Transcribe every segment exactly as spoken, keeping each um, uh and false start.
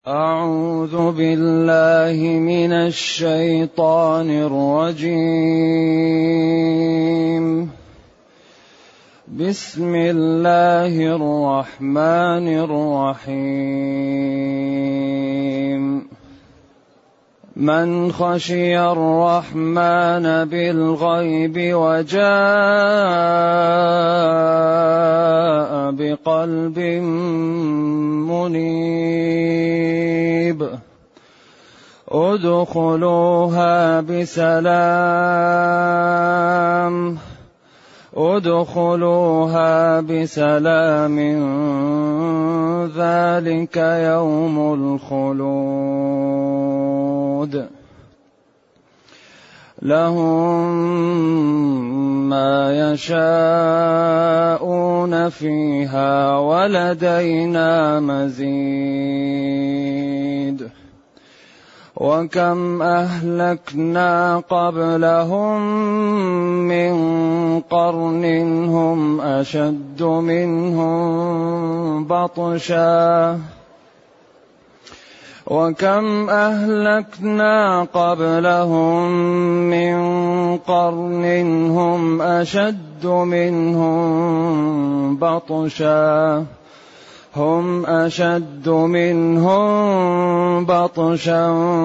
أعوذ بالله من الشيطان الرجيم. بسم الله الرحمن الرحيم. من خشي الرحمن بالغيب وجاء بقلب منيب ادخلوها بسلام ادخلوها بسلام ذلك يوم الخلود لهم ما يشاءون فيها ولدينا مزيد وكم أهلكنا قبلهم من قرن هم أشد منهم بطشا وكم أهلكنا قبلهم من قرن هم أشد منهم بطشا هم أشد منهم بطشا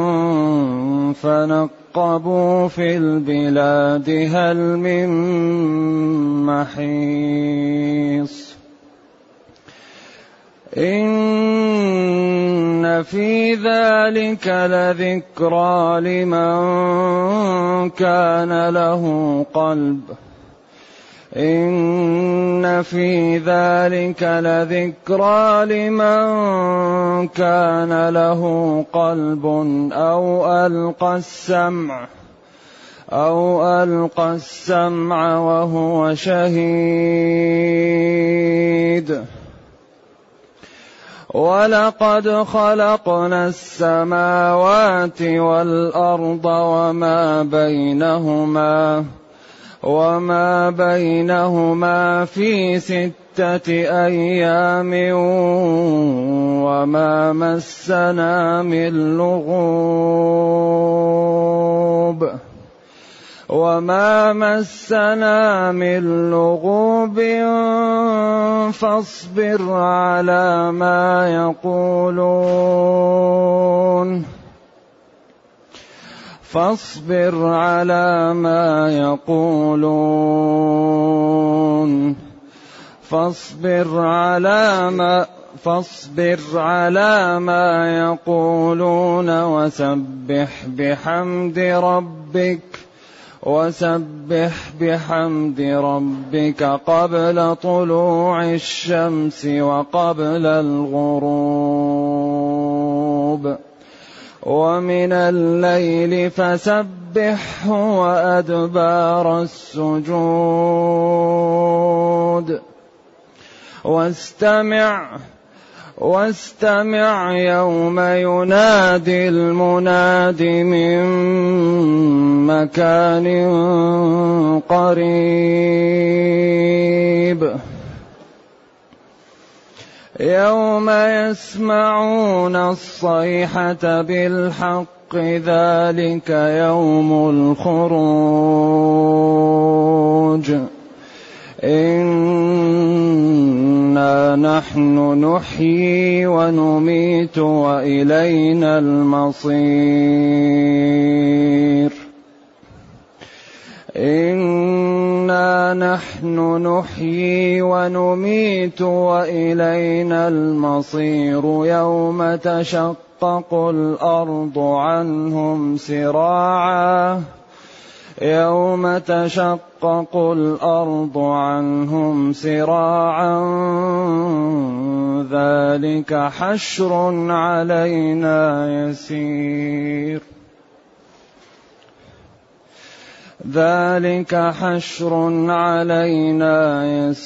فنقبوا في البلاد هل من محيص إن في ذلك لذكرى لمن كان له قلب إن في ذلك لذكرى لمن كان له قلب أو ألقى السمع أو ألقى السمع وهو شهيد ولقد خلقنا السماوات والأرض وما بينهما وما بينهما في ستة أيام وما مسنا من لغوب وما مسنا من لغوب فاصبر على ما يقولون فاصبر على ما يقولون فاصبر على ما فاصبر على ما يقولون وسبح بحمد ربك وسبح بحمد ربك قبل طلوع الشمس وقبل الغروب ومن الليل فسبحه وأدبار السجود واستمع واستمع يوم ينادي المناد من مكان قريب يوم يسمعون الصيحة بالحق ذلك يوم الخروج إنا نحن نحيي ونميت وإلينا المصير إنا نحن نحيي ونميت وإلينا المصير يوم تشقق الأرض عنهم سراعا يوم تشقق الأرض عنهم سراعا ذلك حشر علينا يسير ذلك حشر علينا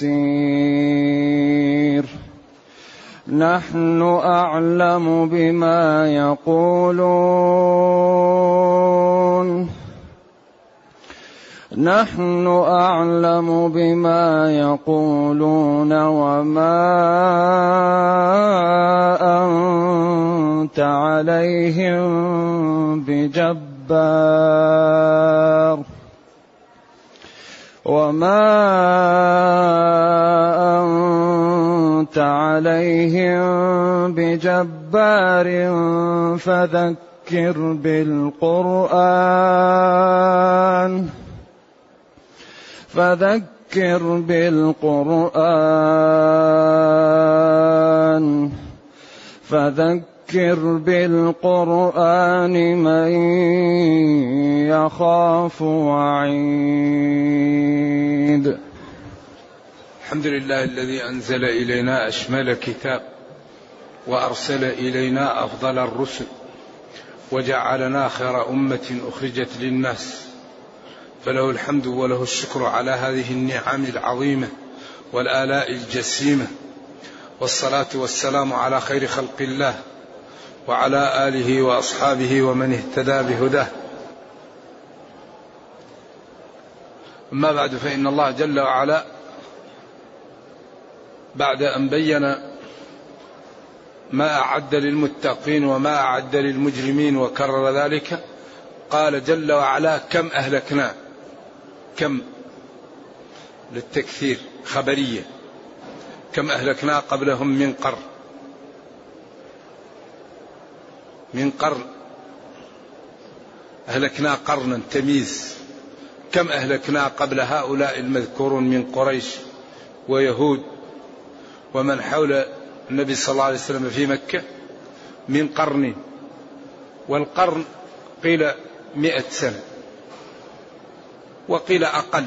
يسير نحن أعلم بما يقولون نحن أعلم بما يقولون وما أنت عليهم بجبار وما أنت عليهم بجبار فذكر بالقرآن فذكر بالقرآن فذكر بالقرآن من يخاف وعيد. الحمد لله الذي أنزل إلينا أشمل كتاب وأرسل إلينا أفضل الرسل وجعلنا خير أمة أخرجت للناس، فله الحمد وله الشكر على هذه النعم العظيمة والآلاء الجسيمة، والصلاة والسلام على خير خلق الله وعلى آله وأصحابه ومن اهتدى بهداه. أما بعد، فإن الله جل وعلا بعد أن بين ما أعد للمتقين وما أعد للمجرمين وكرر ذلك، قال جل وعلا: كم أهلكنا. كم للتكثير خبرية، كم أهلكنا قبلهم من قرن من قرن أهلكنا قرنا تمييز. كم أهلكنا قبل هؤلاء المذكورون من قريش ويهود ومن حول النبي صلى الله عليه وسلم في مكة من قرن، والقرن قيل مئة سنة وقيل أقل،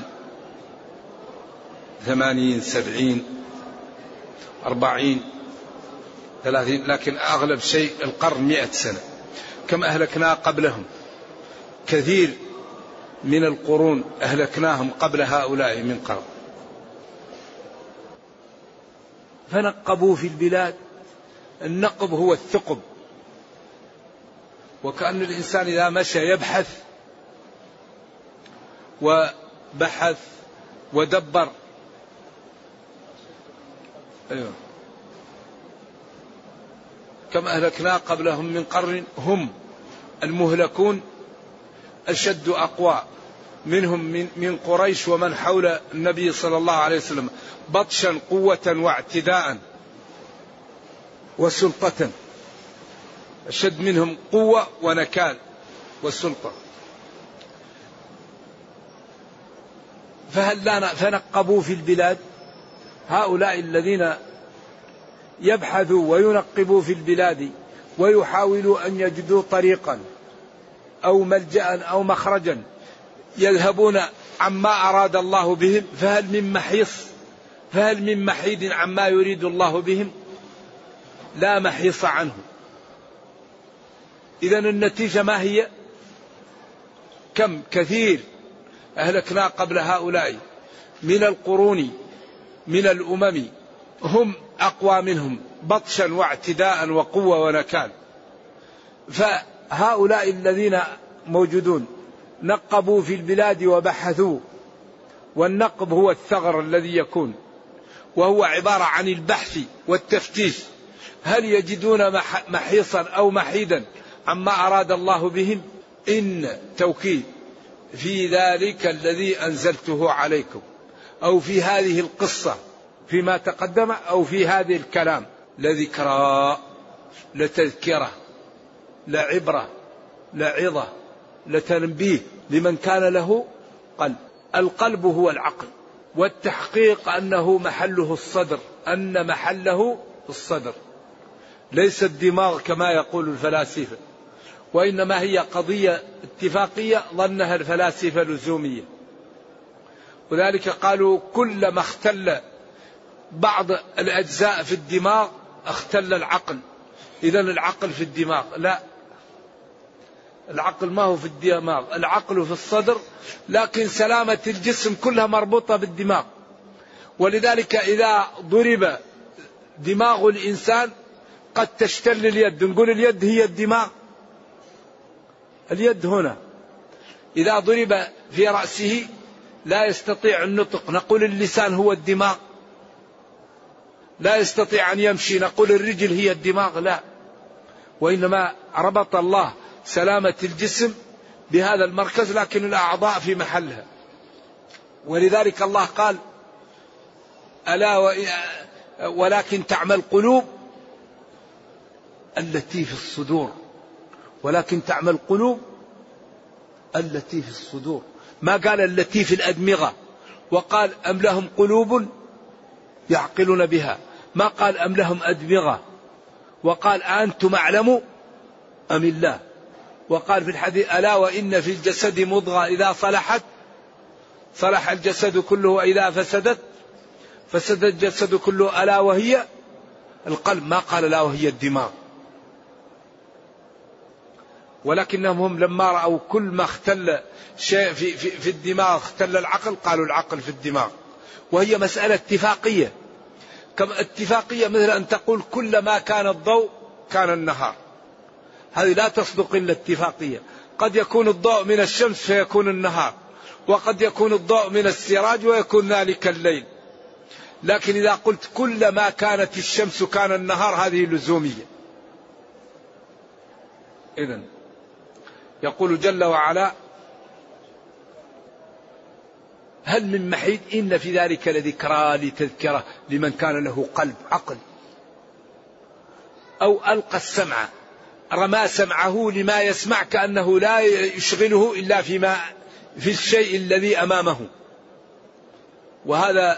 ثمانين سبعين أربعين ثلاثين، لكن أغلب شيء القرن مئة سنة. كم أهلكنا قبلهم، كثير من القرون أهلكناهم قبل هؤلاء من قرن. فنقبوا في البلاد. النقب هو الثقب، وكأن الإنسان إذا مشى يبحث وبحث ودبر. أيوه. كم أهلكنا قبلهم من قرن هم المهلكون أشد أقوى منهم من, من قريش ومن حول النبي صلى الله عليه وسلم بطشا قوة واعتداء وسلطة، أشد منهم قوة ونكال وسلطة. فهل لا فنقبوا في البلاد. هؤلاء الذين يبحثوا وينقبوا في البلاد ويحاولوا أن يجدوا طريقا أو ملجأ أو مخرجا يذهبون عما أراد الله بهم، فهل من محيص فهل من محيد عما يريد الله بهم؟ لا محيص عنه. إذن النتيجة ما هي؟ كم كثير أهلكنا قبل هؤلاء من القرون من الأمم هم أقوى منهم بطشا واعتداء وقوة ونكال. فهؤلاء الذين موجودون نقبوا في البلاد وبحثوا، والنقب هو الثغر الذي يكون، وهو عبارة عن البحث والتفتيش، هل يجدون محيصا أو محيدا عما أراد الله بهم؟ إن توكيد في ذلك الذي أنزلته عليكم، أو في هذه القصة فيما تقدم، أو في هذه الكلام، لذكرى لتذكرة لعبرة لعظة لتنبيه لمن كان له قلب. القلب هو العقل، والتحقيق أنه محله الصدر، أن محله الصدر ليس الدماغ كما يقول الفلاسفة، وإنما هي قضية اتفاقية ظنها الفلاسفة لزومية. وذلك قالوا كلما اختل بعض الأجزاء في الدماغ اختل العقل، إذن العقل في الدماغ. لا، العقل ما هو في الدماغ، العقل في الصدر، لكن سلامة الجسم كلها مربوطة بالدماغ. ولذلك إذا ضرب دماغ الإنسان قد تشتل اليد، نقول اليد هي الدماغ، اليد هنا إذا ضرب في رأسه لا يستطيع النطق نقول اللسان هو الدماغ، لا يستطيع أن يمشي نقول الرجل هي الدماغ، لا، وإنما ربط الله سلامة الجسم بهذا المركز، لكن الأعضاء في محلها. ولذلك الله قال ألا ولكن تعمى القلوب التي في الصدور، ولكن تعمى القلوب التي في الصدور، ما قال التي في الأدمغة، وقال أم لهم قلوب يعقلون بها، ما قال أم لهم أدمغة، وقال أنتم أعلم أم الله، وقال في الحديث ألا وإن في الجسد مضغة إذا صلحت صلح الجسد كله وإذا فسدت فسد الجسد كله ألا وهي القلب، ما قال لا وهي الدماغ. ولكنهم هم لما رأوا كل ما اختل شيء في, في, في الدماغ اختل العقل قالوا العقل في الدماغ، وهي مسألة اتفاقية، كما اتفاقية مثل أن تقول كل ما كان الضوء كان النهار، هذه لا تصدق إلا اتفاقية. قد يكون الضوء من الشمس فيكون النهار، وقد يكون الضوء من السراج ويكون ذلك الليل، لكن إذا قلت كل ما كانت الشمس كان النهار هذه لزومية. إذن يقول جل وعلا هل من محيد إن في ذلك لذكرى لتذكرة لمن كان له قلب عقل، أو ألقى السمع رمى سمعه لما يسمع كأنه لا يشغله إلا فيما في الشيء الذي أمامه. وهذا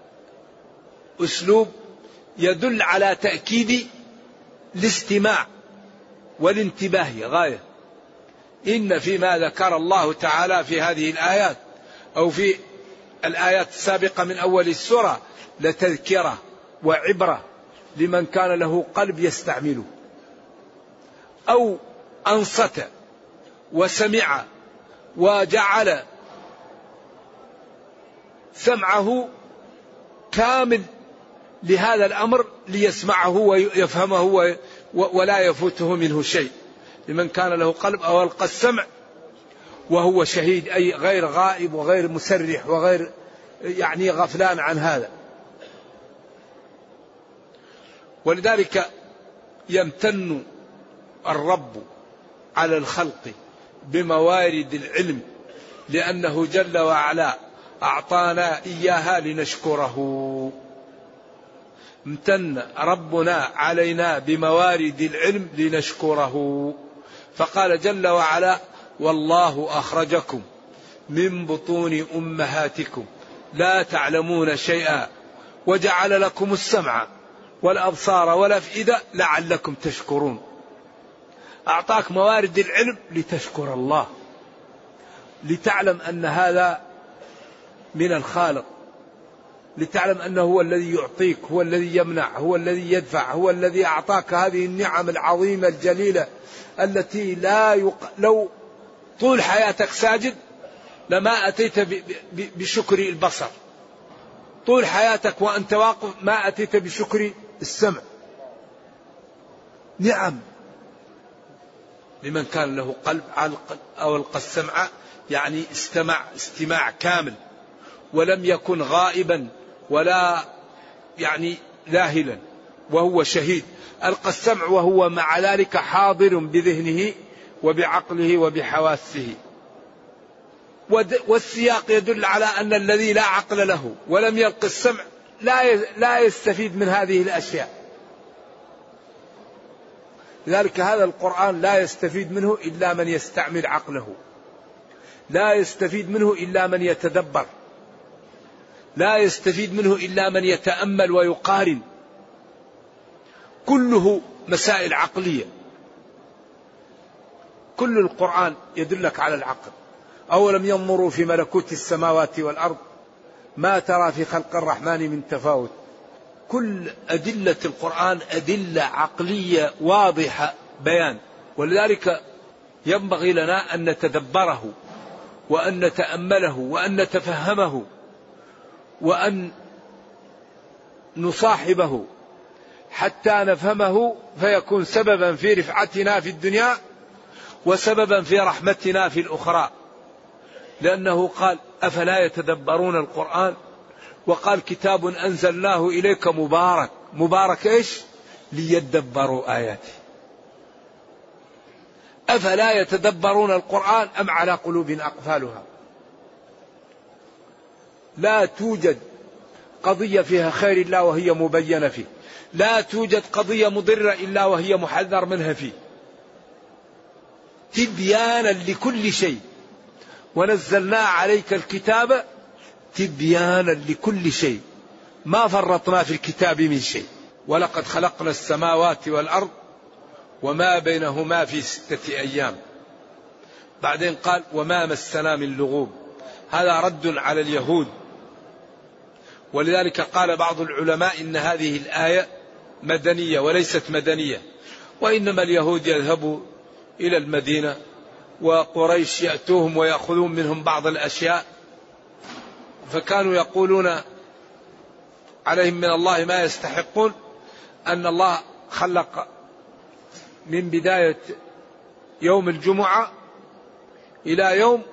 أسلوب يدل على تأكيد الاستماع والانتباه غاية. إن فيما ذكر الله تعالى في هذه الآيات أو في الآيات السابقة من أول السورة لتذكرة وعبرة لمن كان له قلب يستعمله، أو أنصت وسمع وجعل سمعه كامل لهذا الأمر ليسمعه ويفهمه ولا يفوته منه شيء. لمن كان له قلب أو ألقى السمع وهو شهيد، أي غير غائب وغير مسرح وغير يعني غفلان عن هذا. ولذلك يمتن الرب على الخلق بموارد العلم، لأنه جل وعلا أعطانا إياها لنشكره. امتن ربنا علينا بموارد العلم لنشكره، فقال جل وعلا والله أخرجكم من بطون أمهاتكم لا تعلمون شيئا وجعل لكم السمع والأبصار والأفئدة لعلكم تشكرون. أعطاك موارد العلم لتشكر الله، لتعلم أن هذا من الخالق، لتعلم أنه هو الذي يعطيك، هو الذي يمنع، هو الذي يدفع، هو الذي أعطاك هذه النعم العظيمة الجليلة التي لا يق... لو طول حياتك ساجد لما أتيت ب... ب... بشكر البصر، طول حياتك وأنت واقف ما أتيت بشكر السمع. نعم لمن كان له قلب أو ألقى السمع، يعني استمع استماع كامل ولم يكن غائبا ولا يعني لاهلا وهو شهيد. ألقى السمع وهو مع ذلك حاضر بذهنه وبعقله وبحواسه. والسياق يدل على أن الذي لا عقل له ولم يلق السمع لا لا يستفيد من هذه الأشياء. لذلك هذا القرآن لا يستفيد منه إلا من يستعمل عقله، لا يستفيد منه إلا من يتدبر، لا يستفيد منه إلا من يتأمل ويقارن. كله مسائل عقلية، كل القرآن يدلك على العقل. أولم ينظروا في ملكوت السماوات والأرض ما ترى في خلق الرحمن من تفاوت. كل أدلة القرآن أدلة عقلية واضحة بيان. ولذلك ينبغي لنا أن نتدبره وأن نتأمله وأن نتفهمه وأن نصاحبه حتى نفهمه، فيكون سببا في رفعتنا في الدنيا وسببا في رحمتنا في الأخرى. لأنه قال أفلا يتدبرون القرآن، وقال كتاب أنزلناه إليك مبارك. مبارك إيش؟ ليدبروا آياته. أفلا يتدبرون القرآن أم على قلوب أقفالها. لا توجد قضية فيها خير إلا وهي مبينة فيه، لا توجد قضية مضرة إلا وهي محذر منها فيه، تبيانا لكل شيء. ونزلنا عليك الكتاب تبيانا لكل شيء، ما فرطنا في الكتاب من شيء. ولقد خلقنا السماوات والأرض وما بينهما في ستة أيام. بعدين قال وما مسنا من لغوب. هذا رد على اليهود، ولذلك قال بعض العلماء إن هذه الآية مدنية وليست مدنية، وإنما اليهود يذهبوا إلى المدينة وقريش يأتوهم ويأخذون منهم بعض الأشياء، فكانوا يقولون عليهم من الله ما يستحقون. أن الله خلق من بداية يوم الجمعة إلى يوم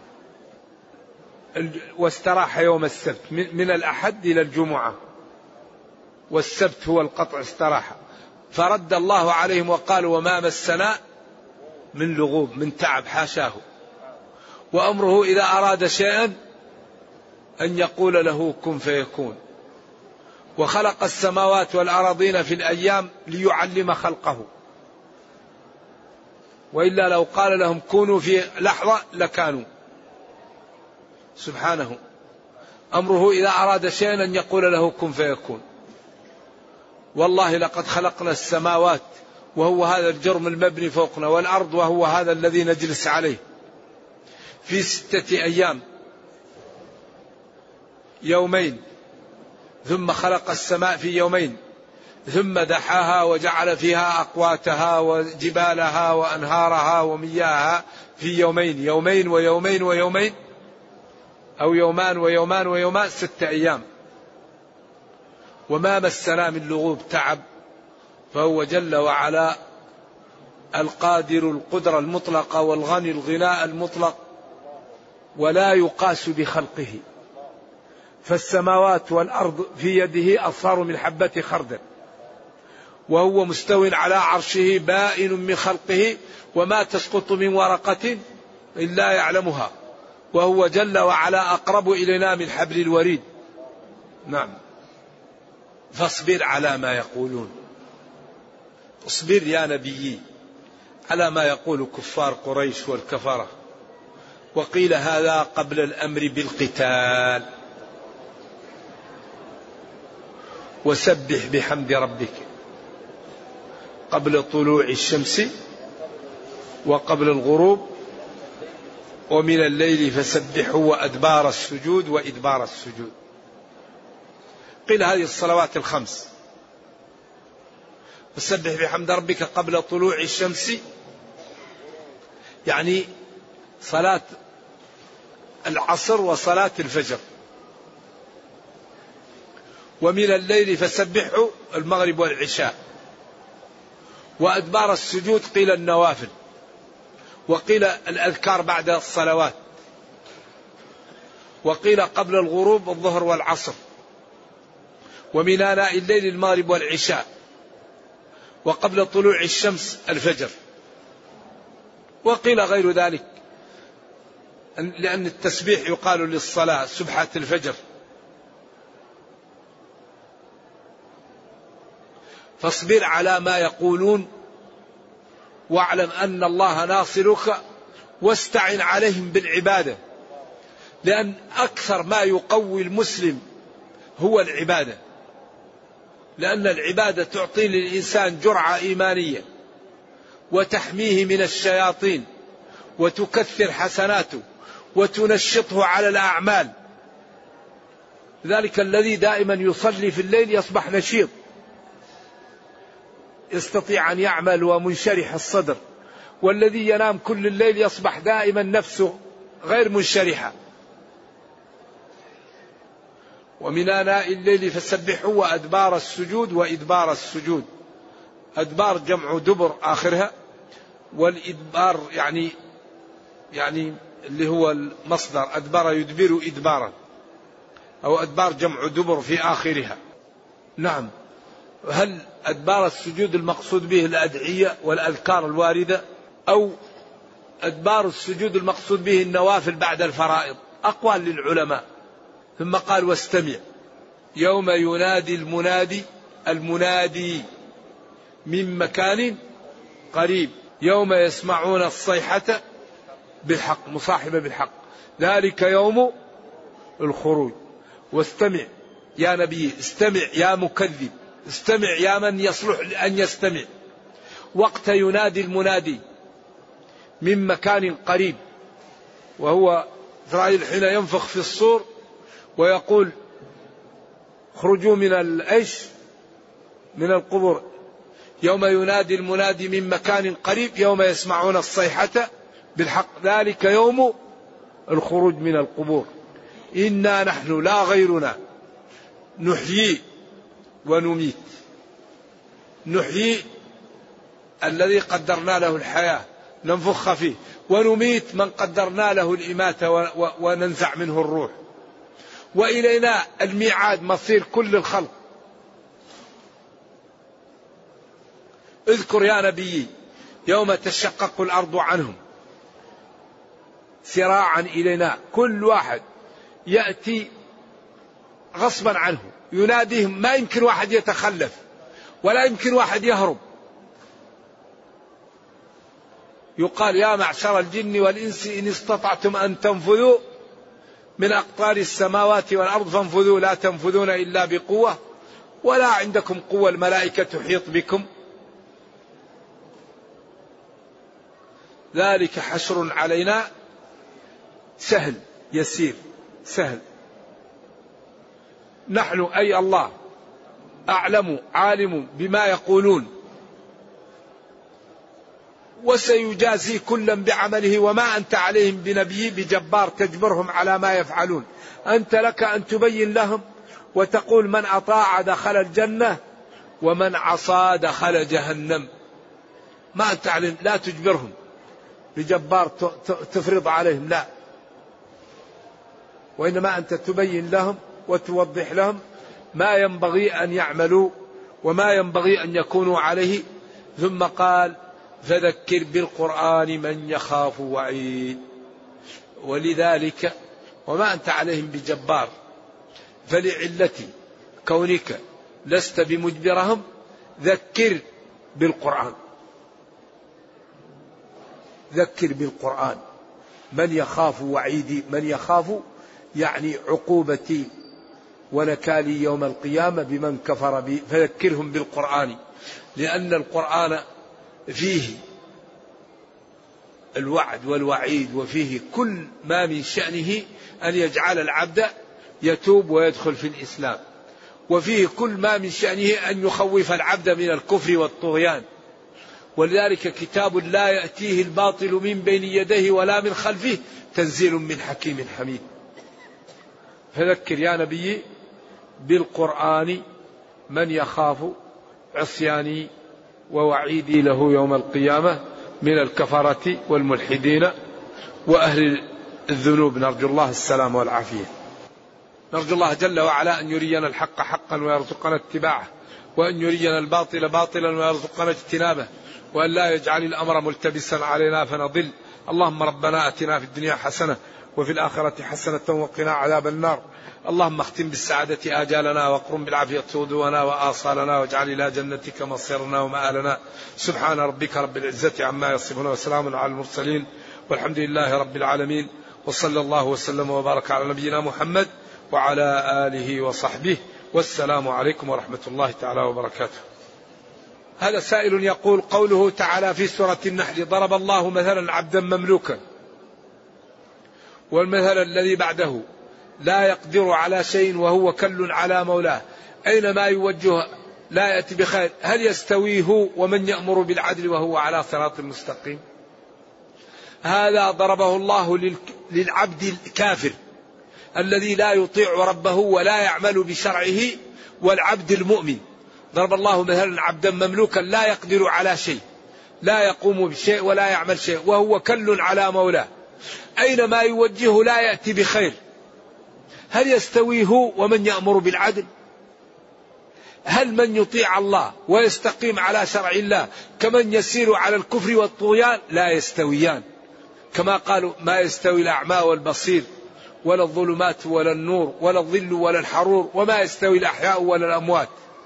واستراح يوم السبت، من الأحد إلى الجمعة، والسبت هو القطع استراحة. فرد الله عليهم وقال وما مسنا من لغوب، من تعب، حاشاه. وأمره إذا أراد شيئا أن يقول له كن فيكون. وخلق السماوات والأراضين في الأيام ليعلم خلقه، وإلا لو قال لهم كونوا في لحظة لكانوا. سبحانه. أمره إذا أراد شيئا أن يقول له كن فيكون. والله لقد خلقنا السماوات وهو هذا الجرم المبني فوقنا، والأرض وهو هذا الذي نجلس عليه، في ستة أيام، يومين. ثم خلق السماء في يومين، ثم دحاها وجعل فيها أقواتها وجبالها وأنهارها ومياها في يومين، يومين ويومين ويومين، أو يومان ويومان ويومان، ستة أيام. وما مسنا من لغوب، تعب. فهو جل وعلا القادر القدرة المطلقة والغني الغناء المطلق، ولا يقاس بخلقه. فالسماوات والأرض في يده أصفار من حبة خردل، وهو مستو على عرشه بائن من خلقه، وما تسقط من ورقة إلا يعلمها، وهو جل وعلا أقرب إلينا من حبل الوريد. نعم. فاصبر على ما يقولون، اصبر يا نبي على ما يقول كفار قريش والكفرة. وقيل هذا قبل الأمر بالقتال. وسبح بحمد ربك قبل طلوع الشمس وقبل الغروب ومن الليل فسبحه وأدبار السجود وإدبار السجود. قيل هذه الصلوات الخمس. فسبح بحمد ربك قبل طلوع الشمس يعني صلاة العصر وصلاة الفجر. ومن الليل فسبحه المغرب والعشاء. وأدبار السجود قيل النوافل، وقيل الأذكار بعد الصلوات، وقيل قبل الغروب الظهر والعصر، ومن آناء الليل المغرب والعشاء، وقبل طلوع الشمس الفجر. وقيل غير ذلك، لأن التسبيح يقال للصلاة سبحة الفجر. فاصبر على ما يقولون واعلم أن الله ناصرك، واستعن عليهم بالعبادة، لأن أكثر ما يقوي المسلم هو العبادة، لأن العبادة تعطي للإنسان جرعة إيمانية وتحميه من الشياطين وتكثر حسناته وتنشطه على الأعمال. ذلك الذي دائما يصلي في الليل يصبح نشيط، يستطيع أن يعمل ومنشرح الصدر، والذي ينام كل الليل يصبح دائما نفسه غير منشرحة. ومن آناء الليل فسبحوا وأدبار السجود وإدبار السجود. أدبار جمع دبر آخرها، والإدبار يعني يعني اللي هو المصدر أدبر يدبر إدبارا، أو أدبار جمع دبر في آخرها. نعم. هل أدبار السجود المقصود به الأدعية والأذكار الواردة، أو أدبار السجود المقصود به النوافل بعد الفرائض؟ أقوال للعلماء. ثم قال واستمع يوم ينادي المنادي، المنادي من مكان قريب، يوم يسمعون الصيحة بالحق، مصاحبة بالحق، ذلك يوم الخروج. واستمع يا نبي، استمع يا مكذب، استمع يا من يصلح أن يستمع. وقت ينادي المنادي من مكان قريب، وهو إسرائيل حين ينفخ في الصور ويقول خرجوا من الأيش من القبور، يوم ينادي المنادي من مكان قريب يوم يسمعون الصيحة بالحق، ذلك يوم الخروج من القبور. إنا نحن لا غيرنا نحيي ونميت. نحيي الذي قدرنا له الحياة ننفخ فيه، ونميت من قدرنا له الإماتة وننزع منه الروح. وإلينا الميعاد مصير كل الخلق. اذكر يا نبي يوم تشقق الأرض عنهم سراعا إلينا، كل واحد يأتي غصبا عنه يناديهم، ما يمكن واحد يتخلف ولا يمكن واحد يهرب. يقال يا معشر الجن والإنس إن استطعتم أن تنفذوا من أقطار السماوات والأرض فانفذوا لا تنفذون إلا بقوة ولا عندكم قوة، الملائكة تحيط بكم. ذلك حشر علينا سهل يسير سهل. نحن أي الله أعلم عالم بما يقولون، وسيجازي كلا بعمله وما أنت عليهم بنبي بجبار تجبرهم على ما يفعلون. أنت لك أن تبين لهم وتقول من أطاع دخل الجنة ومن عصى دخل جهنم. ما أنت عليهم، لا تجبرهم بجبار تفرض عليهم، لا، وإنما أنت تبين لهم وتوضح لهم ما ينبغي أن يعملوا وما ينبغي أن يكونوا عليه. ثم قال فذكر بالقرآن من يخاف وعيد. ولذلك وما أنت عليهم بجبار، فلعلة كونك لست بمجبرهم ذكر بالقرآن. ذكر بالقرآن من يخاف وعيدي، من يخاف يعني عقوبتي ونكالي يوم القيامة بمن كفر بي، فذكرهم بالقرآن، لأن القرآن فيه الوعد والوعيد، وفيه كل ما من شأنه أن يجعل العبد يتوب ويدخل في الإسلام، وفيه كل ما من شأنه أن يخوف العبد من الكفر والطغيان. ولذلك كتاب لا يأتيه الباطل من بين يديه ولا من خلفه تنزيل من حكيم حميد. فذكر يا نبي بالقرآن من يخاف عصياني ووعيدي له يوم القيامة من الكفرة والملحدين وأهل الذنوب. نرجو الله السلام والعافية. نرجو الله جل وعلا أن يرينا الحق حقا ويرزقنا اتباعه، وأن يرينا الباطل باطلا ويرزقنا اجتنابه، وأن لا يجعل الأمر ملتبسا علينا فنضل. اللهم ربنا أتنا في الدنيا حسنة وفي الآخرة حسنة وقنا عذاب النار. اللهم اختم بالسعادة آجالنا واقرم بالعافية صدورنا وآصالنا، واجعل إلى جنتك مصيرنا ومآلنا. سبحان ربك رب العزة عما يصفون وسلام على المرسلين والحمد لله رب العالمين، وصلى الله وسلم وبارك على نبينا محمد وعلى آله وصحبه، والسلام عليكم ورحمة الله تعالى وبركاته. هذا سائل يقول قوله تعالى في سورة النحل ضرب الله مثلا عبدا مملوكا، والمثل الذي بعده لا يقدر على شيء وهو كل على مولاه أينما يوجه لا يأتي بخير، هل يستوي هو ومن يأمر بالعدل وهو على صراط مستقيم؟ هذا ضربه الله للعبد الكافر الذي لا يطيع ربه ولا يعمل بشرعه، والعبد المؤمن. ضرب الله مثلا عبدا مملوكا لا يقدر على شيء، لا يقوم بشيء ولا يعمل شيء، وهو كل على مولاه. أينما يوجهه لا يأتي بخير. هل يستوي هو ومن يأمر بالعدل؟ هل من يطيع الله ويستقيم على شرع الله كمن يسير على الكفر والطغيان؟ لا يستويان. كما قالوا ما يستوي الأعمى والبصير ولا الظلمات ولا النور ولا الظل ولا الحرور وما يستوي الأحياء ولا الأموات.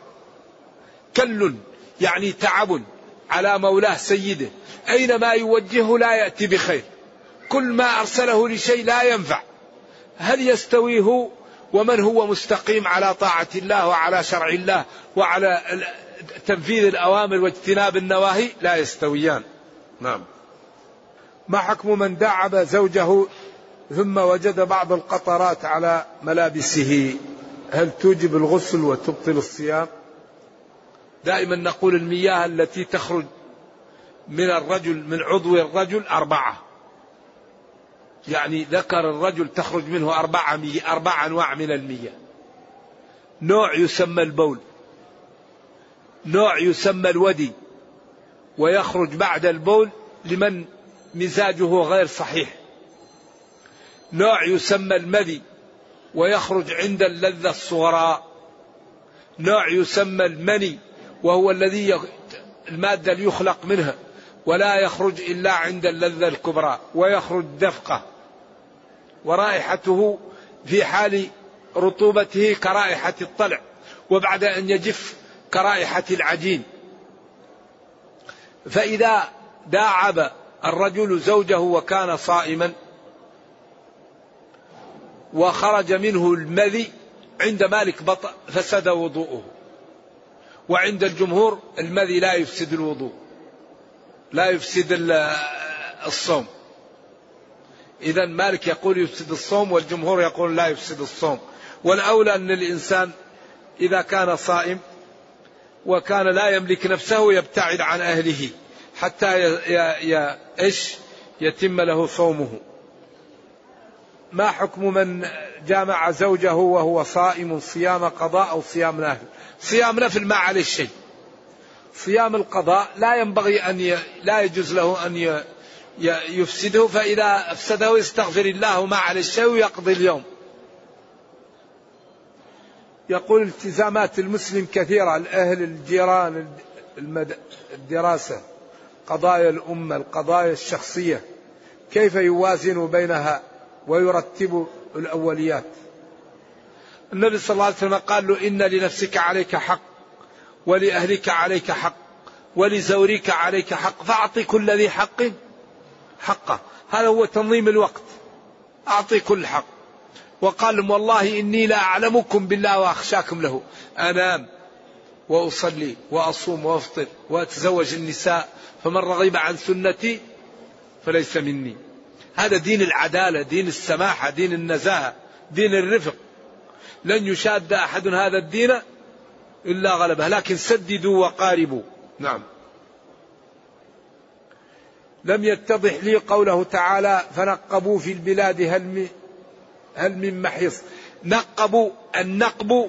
كل يعني تعب على مولاه سيده، أينما يوجهه لا يأتي بخير، كل ما أرسله لشيء لا ينفع. هل يستوي هو ومن هو مستقيم على طاعة الله وعلى شرع الله وعلى تنفيذ الأوامر واجتناب النواهي؟ لا يستويان. نعم. ما حكم من دعب زوجه ثم وجد بعض القطرات على ملابسه؟ هل توجب الغسل وتبطل الصيام؟ دائما نقول المياه التي تخرج من الرجل من عضو الرجل أربعة، يعني ذكر الرجل تخرج منه أربعة أربع أنواع من المياه. نوع يسمى البول، نوع يسمى الودي ويخرج بعد البول لمن مزاجه غير صحيح، نوع يسمى المذي ويخرج عند اللذة الصغرى، نوع يسمى المني وهو الذي المادة اللي يخلق منها ولا يخرج إلا عند اللذة الكبرى ويخرج دفقة، ورائحته في حال رطوبته كرائحة الطلع، وبعد أن يجف كرائحة العجين. فإذا داعب الرجل زوجه وكان صائما وخرج منه المذي، عند مالك بطأ فسد وضوءه، وعند الجمهور المذي لا يفسد الوضوء، لا يفسد الصوم. إذا مالك يقول يفسد الصوم والجمهور يقول لا يفسد الصوم. والأولى أن الإنسان إذا كان صائم وكان لا يملك نفسه يبتعد عن أهله حتى يأش يتم له صومه. ما حكم من جامع زوجه وهو صائم صيام قضاء أو صيام نافل؟ صيام نفل ما عليه شيء. صيام القضاء لا ينبغي أن ي... لا يجوز له أن ي... يفسده، فإذا أفسده يستغفر الله ما عليه الشيء ويقضي اليوم. يقول التزامات المسلم كثيرة، الأهل، الجيران، المد... الدراسة، قضايا الأمة، القضايا الشخصية، كيف يوازن بينها ويرتب الأوليات؟ النبي صلى الله عليه وسلم قال له إن لنفسك عليك حق ولأهلك عليك حق ولزورك عليك حق فأعطي كل ذي حق حقه. هذا هو تنظيم الوقت، أعطي كل حق. وقال لهم والله إني لا أعلمكم بالله وأخشاكم له، أنام وأصلي وأصوم وأفطر وأتزوج النساء، فمن رغب عن سنتي فليس مني. هذا دين العدالة، دين السماحة، دين النزاهة، دين الرفق. لن يشاد أحد هذا الدين إلا غلبه، لكن سددوا وقاربوا. نعم. لم يتضح لي قوله تعالى فنقبوا في البلاد هل من, هل من محيص. نقبوا، النقب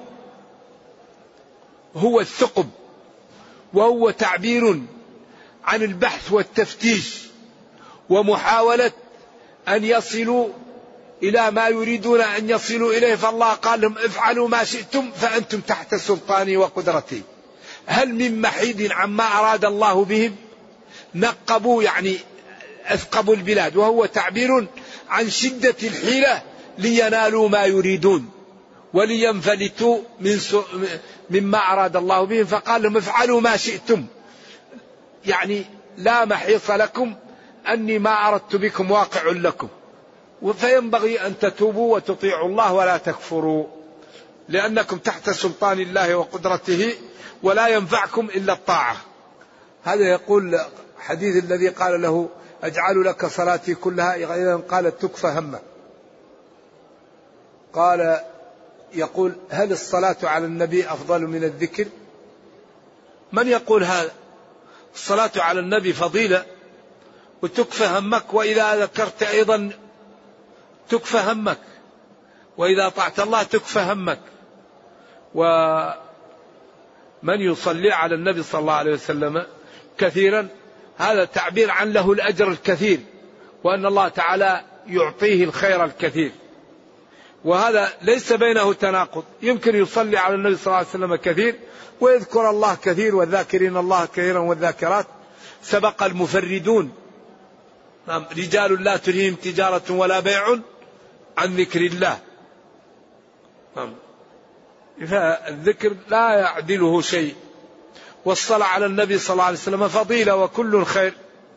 هو الثقب، وهو تعبير عن البحث والتفتيش ومحاولة أن يصلوا إلى ما يريدون أن يصلوا إليه. فالله قال لهم افعلوا ما شئتم فأنتم تحت سلطاني وقدرتي. هل من محيد عما أراد الله بهم؟ نقبوا يعني أثقبوا البلاد، وهو تعبير عن شدة الحيلة لينالوا ما يريدون ولينفلتوا من مما أراد الله بهم. فقال لهم افعلوا ما شئتم، يعني لا محيص لكم أني ما أردت بكم واقع لكم. فينبغي أن تتوبوا وتطيعوا الله ولا تكفروا، لأنكم تحت سلطان الله وقدرته ولا ينفعكم إلا الطاعة. هذا يقول حديث الذي قال له أجعل لك صلاتي كلها، إذا قال تكفى همك. قال يقول هل الصلاة على النبي أفضل من الذكر؟ من يقول هذا؟ الصلاة على النبي فضيلة وتكفى همك، وإذا ذكرت أيضا تكفى همك، وإذا طعت الله تكفى همك. ومن يصلي على النبي صلى الله عليه وسلم كثيرا هذا تعبير عن له الأجر الكثير، وأن الله تعالى يعطيه الخير الكثير. وهذا ليس بينه تناقض، يمكن يصلي على النبي صلى الله عليه وسلم كثير ويذكر الله كثير، والذاكرين الله كثيرا والذاكرات سبق المفردون. رجال لا تلهيهم تجارة ولا بيع عن ذكر الله. فالذكر لا يعدله شيء، والصلاة على النبي صلى الله عليه وسلم فضيلة وكل خير.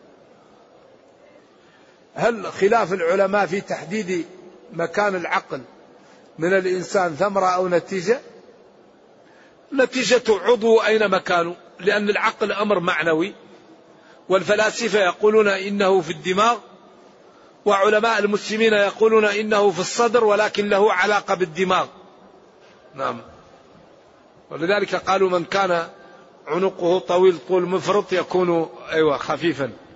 هل خلاف العلماء في تحديد مكان العقل من الإنسان ثمرة أو نتيجة؟ نتيجة عضو أين مكانه، لأن العقل أمر معنوي، والفلاسفة يقولون إنه في الدماغ، وعلماء المسلمين يقولون إنه في الصدر ولكن له علاقة بالدماغ. نعم. ولذلك قالوا من كان عنقه طويل طول مفرط يكون أيوة خفيفا.